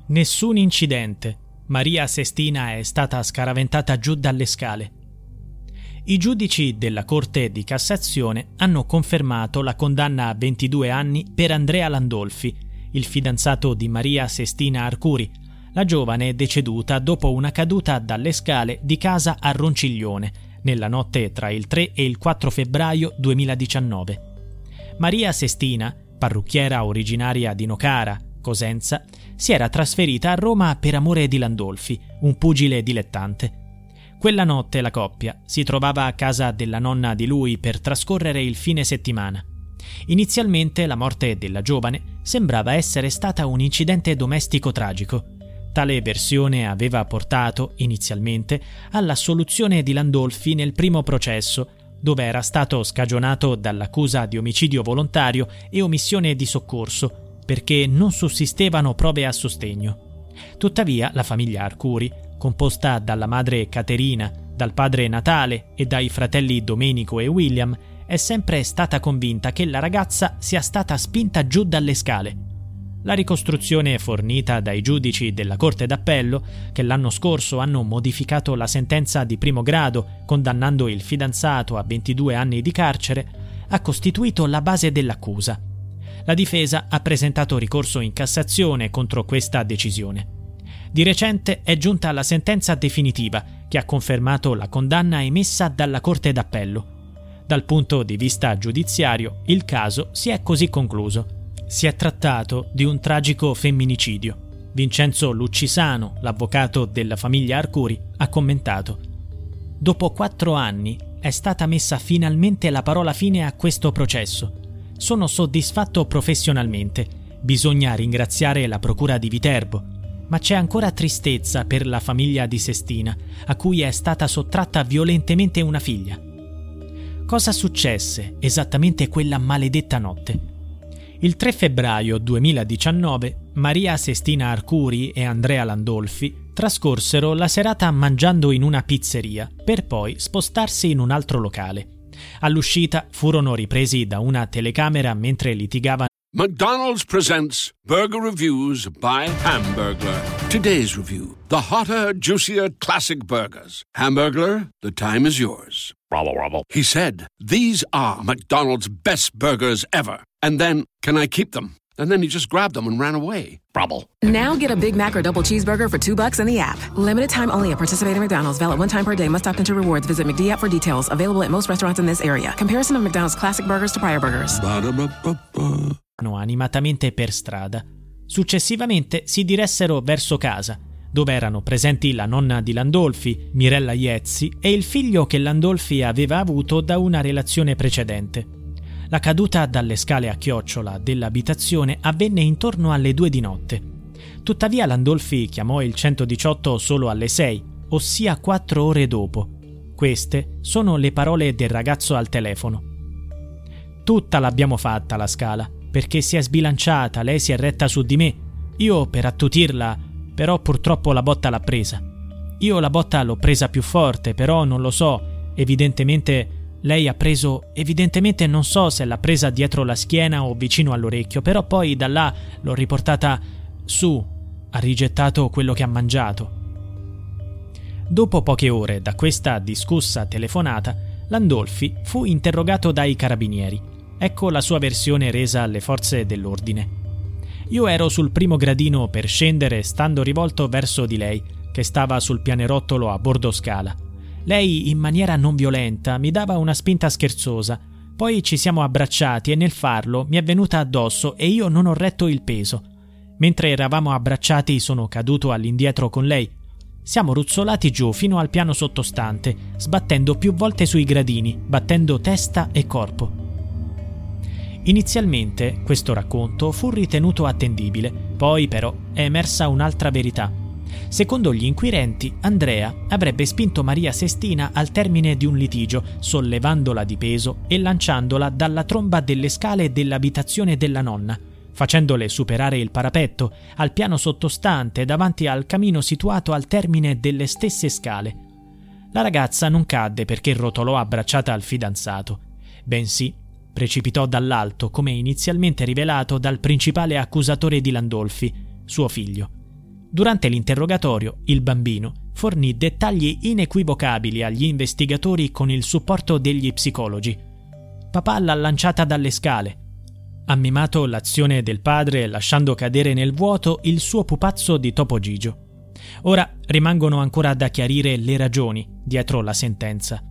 Nessun incidente. Maria Sestina è stata scaraventata giù dalle scale. I giudici della Corte di Cassazione hanno confermato la condanna a 22 anni per Andrea Landolfi, il fidanzato di Maria Sestina Arcuri. La giovane è deceduta dopo una caduta dalle scale di casa a Ronciglione, nella notte tra il 3 e il 4 febbraio 2019. Maria Sestina, parrucchiera originaria di Nocara, Cosenza, si era trasferita a Roma per amore di Landolfi, un pugile dilettante. Quella notte la coppia si trovava a casa della nonna di lui per trascorrere il fine settimana. Inizialmente la morte della giovane sembrava essere stata un incidente domestico tragico. Tale versione aveva portato, inizialmente, all'assoluzione di Landolfi nel primo processo, dove era stato scagionato dall'accusa di omicidio volontario e omissione di soccorso, perché non sussistevano prove a sostegno. Tuttavia, la famiglia Arcuri, composta dalla madre Caterina, dal padre Natale e dai fratelli Domenico e William, è sempre stata convinta che la ragazza sia stata spinta giù dalle scale. La ricostruzione fornita dai giudici della Corte d'Appello, che l'anno scorso hanno modificato la sentenza di primo grado, condannando il fidanzato a 22 anni di carcere, ha costituito la base dell'accusa. La difesa ha presentato ricorso in Cassazione contro questa decisione. Di recente è giunta la sentenza definitiva che ha confermato la condanna emessa dalla Corte d'Appello. Dal punto di vista giudiziario, il caso si è così concluso. Si è trattato di un tragico femminicidio. Vincenzo Luccisano, l'avvocato della famiglia Arcuri, ha commentato: «Dopo 4 anni è stata messa finalmente la parola fine a questo processo. Sono soddisfatto professionalmente. Bisogna ringraziare la Procura di Viterbo. Ma c'è ancora tristezza per la famiglia di Sestina, a cui è stata sottratta violentemente una figlia. Cosa successe esattamente quella maledetta notte? Il 3 febbraio 2019 Maria Sestina Arcuri e Andrea Landolfi trascorsero la serata mangiando in una pizzeria, per poi spostarsi in un altro locale. All'uscita furono ripresi da una telecamera mentre litigavano. McDonald's presents Burger Reviews by Hamburglar. Today's review: the hotter, juicier classic burgers. Hamburglar, the time is yours. Rubble, rubble. He said, "These are McDonald's best burgers ever." And then, "Can I keep them?" And then he just grabbed them and ran away. Rubble. Now get a Big Mac or double cheeseburger for $2 in the app. Limited time only at participating McDonald's. Valid one time per day. Must opt into rewards. Visit McD app for details. Available at most restaurants in this area. Comparison of McDonald's classic burgers to prior burgers. Ba-da-ba-ba-ba. Animatamente per strada. Successivamente si diressero verso casa, dove erano presenti la nonna di Landolfi, Mirella Iezzi, e il figlio che Landolfi aveva avuto da una relazione precedente. La caduta dalle scale a chiocciola dell'abitazione avvenne intorno alle 2 di notte. Tuttavia Landolfi chiamò il 118 solo alle 6, ossia 4 ore dopo. Queste sono le parole del ragazzo al telefono. «Tutta l'abbiamo fatta la scala, perché si è sbilanciata, lei si è retta su di me. Io per attutirla, però purtroppo la botta l'ha presa. Io la botta l'ho presa più forte, però non lo so, evidentemente lei ha preso, evidentemente non so se l'ha presa dietro la schiena o vicino all'orecchio, però poi da là l'ho riportata su, ha rigettato quello che ha mangiato». Dopo poche ore da questa discussa telefonata, Landolfi fu interrogato dai carabinieri. Ecco la sua versione resa alle forze dell'ordine. «Io ero sul primo gradino per scendere stando rivolto verso di lei, che stava sul pianerottolo a bordo scala. Lei, in maniera non violenta, mi dava una spinta scherzosa. Poi ci siamo abbracciati e nel farlo mi è venuta addosso e io non ho retto il peso. Mentre eravamo abbracciati sono caduto all'indietro con lei. Siamo ruzzolati giù fino al piano sottostante, sbattendo più volte sui gradini, battendo testa e corpo». Inizialmente questo racconto fu ritenuto attendibile, poi però è emersa un'altra verità. Secondo gli inquirenti, Andrea avrebbe spinto Maria Sestina al termine di un litigio, sollevandola di peso e lanciandola dalla tromba delle scale dell'abitazione della nonna, facendole superare il parapetto al piano sottostante davanti al camino situato al termine delle stesse scale. La ragazza non cadde perché rotolò abbracciata al fidanzato, bensì precipitò dall'alto, come inizialmente rivelato dal principale accusatore di Landolfi, suo figlio. Durante l'interrogatorio, il bambino fornì dettagli inequivocabili agli investigatori con il supporto degli psicologi. Papà l'ha lanciata dalle scale. Ha mimato l'azione del padre lasciando cadere nel vuoto il suo pupazzo di Topo Gigio. Ora rimangono ancora da chiarire le ragioni dietro la sentenza.